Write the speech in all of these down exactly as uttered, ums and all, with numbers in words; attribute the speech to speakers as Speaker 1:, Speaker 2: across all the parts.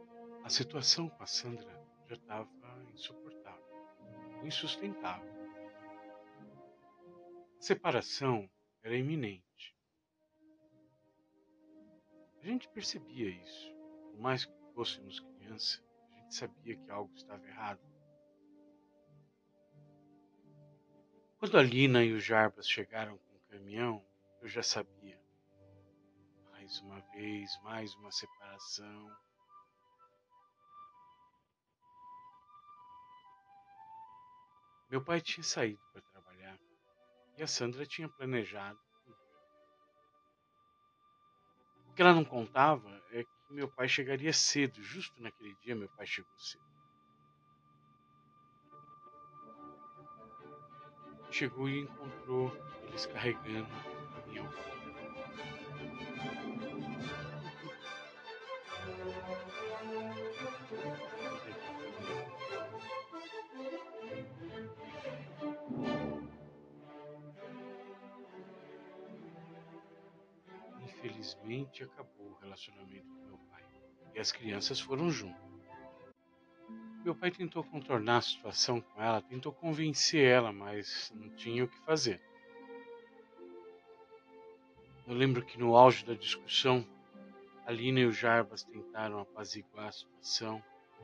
Speaker 1: A situação com a Sandra já estava insuportável, insustentável. A separação era iminente. A gente percebia isso. Por mais que fôssemos criança, a gente sabia que algo estava errado. Quando a Lina e o Jarbas chegaram com o caminhão, eu já sabia. Mais uma vez, mais uma separação. Meu pai tinha saído para trabalhar e a Sandra tinha planejado. O que ela não contava é que meu pai chegaria cedo. Justo naquele dia, meu pai chegou cedo. Chegou e encontrou eles carregando o caminhão. Infelizmente, acabou o relacionamento com meu pai. E as crianças foram junto. Meu pai tentou contornar a situação com ela, tentou convencer ela, mas não tinha o que fazer. Eu lembro que no auge da discussão, a Lina e o Jarbas tentaram apaziguar a situação.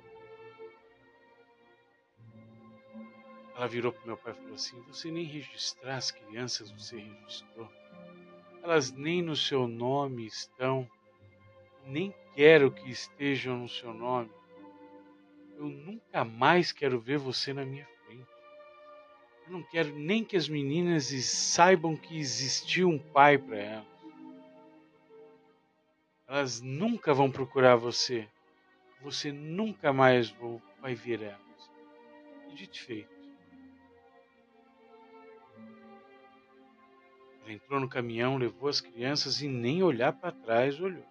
Speaker 1: Ela virou para meu pai e falou assim: você nem registrar as crianças você registrou. Elas nem no seu nome estão. Nem quero que estejam no seu nome. Eu nunca mais quero ver você na minha frente. Eu não quero nem que as meninas saibam que existiu um pai para elas. Elas nunca vão procurar você. Você nunca mais vai ver elas. E dito e feito. Ela entrou no caminhão, levou as crianças e nem olhar para trás olhou.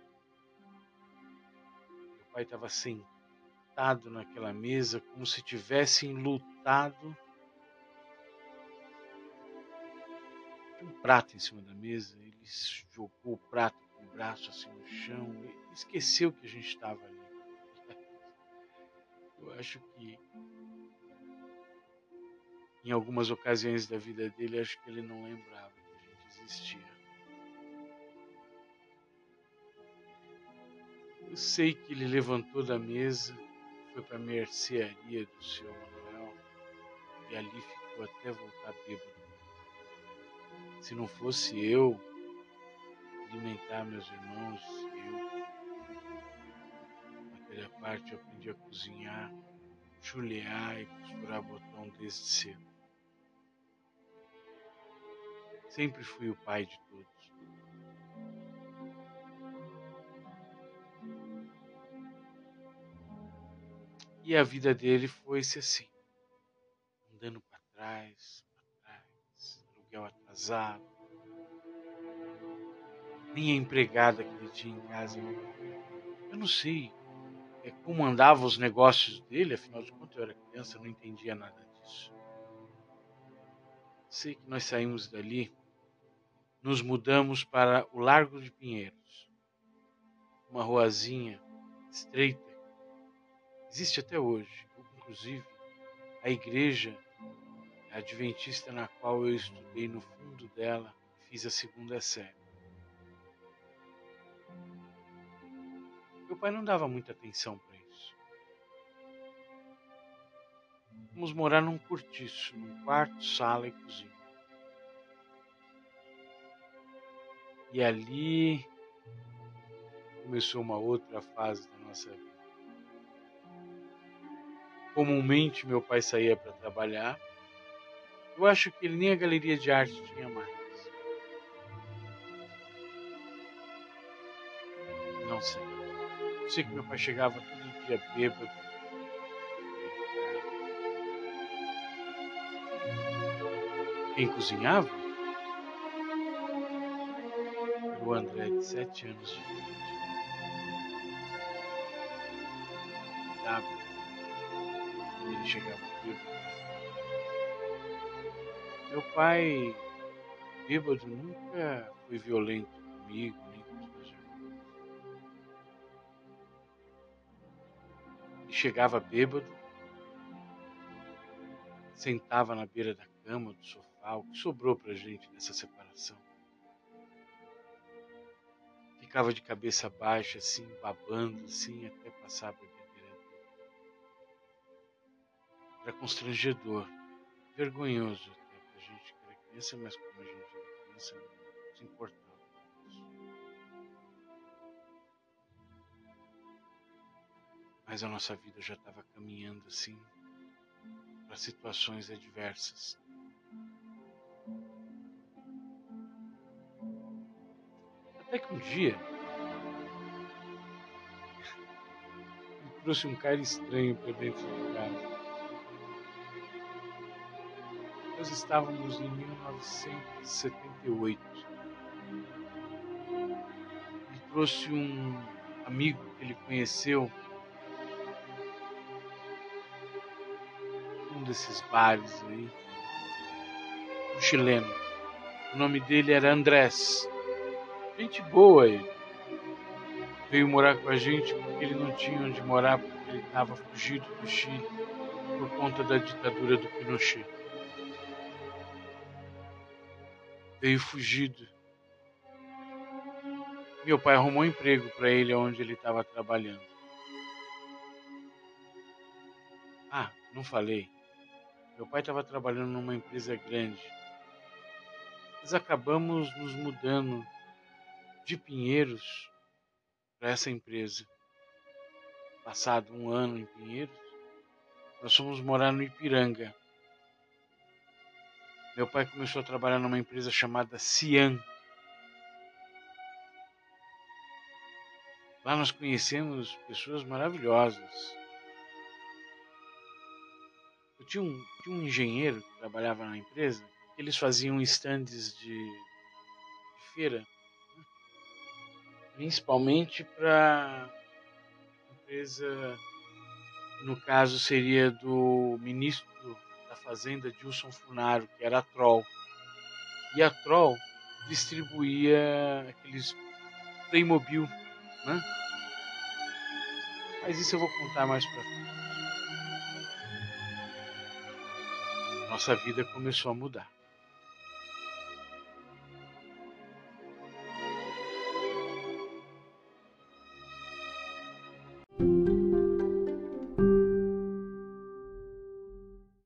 Speaker 1: Meu pai estava sentado naquela mesa como se tivessem lutado. Tinha um prato em cima da mesa, ele jogou o prato com o braço assim no chão, e esqueceu que a gente estava ali. Eu acho que em algumas ocasiões da vida dele, acho que ele não lembrava que a gente existia. Eu sei que ele levantou da mesa, foi para a mercearia do seu Manuel e ali ficou até voltar bêbado. Se não fosse eu alimentar meus irmãos, eu, naquela parte eu aprendi a cozinhar, chulear e costurar botão desde cedo. Sempre fui o pai de todos. E a vida dele foi-se assim, andando para trás, para trás, aluguel atrasado. Nem a empregada que ele tinha em casa. Eu não sei é, como andavam os negócios dele, afinal de contas eu era criança, eu não entendia nada disso. Sei que nós saímos dali, nos mudamos para o Largo de Pinheiros, uma ruazinha estreita, existe até hoje, inclusive a igreja adventista na qual eu estudei no fundo dela, fiz a segunda série. Meu pai não dava muita atenção para isso. Fomos morar num cortiço, num quarto, sala e cozinha. E ali começou uma outra fase da nossa vida. Comumente meu pai saía para trabalhar. Eu acho que ele nem a galeria de arte tinha mais. Não sei. Eu sei que meu pai chegava todo dia bêbado. Quem cozinhava? Era o André, de sete anos de idade. Sabe? Ele chegava bêbado. Meu pai, bêbado, nunca foi violento comigo, nem com os meus irmãos. chegava bêbado, sentava na beira da cama, do sofá, o que sobrou pra gente dessa separação. Ficava de cabeça baixa, assim, babando, assim, até passar a bebedeira dele. Era constrangedor, vergonhoso até pra gente que era criança, mas como a gente era criança, não se importava com isso. Mas a nossa vida já estava caminhando assim para situações adversas. Até que um dia ele trouxe um cara estranho para dentro de casa. Nós estávamos em mil novecentos e setenta e oito. Ele trouxe um amigo que ele conheceu num desses bares aí, um chileno. O nome dele era Andrés. Gente boa ele. Veio morar com a gente porque ele não tinha onde morar, porque ele estava fugido do Chile por conta da ditadura do Pinochet. Veio fugido. Meu pai arrumou um emprego para ele onde ele estava trabalhando. Ah, não falei. Meu pai estava trabalhando numa empresa grande. Nós acabamos nos mudando de Pinheiros para essa empresa. Passado um ano em Pinheiros, nós fomos morar no Ipiranga. Meu pai começou a trabalhar numa empresa chamada Cian. Lá nós conhecemos pessoas maravilhosas. Eu tinha um, tinha um engenheiro que trabalhava na empresa. Eles faziam estandes de, de feira, né? Principalmente para a empresa, no caso seria do ministro da Fazenda, Dilson Funaro, que era a Troll. E a Troll distribuía aqueles Playmobil, né? Mas isso eu vou contar mais pra frente. Nossa vida começou a mudar.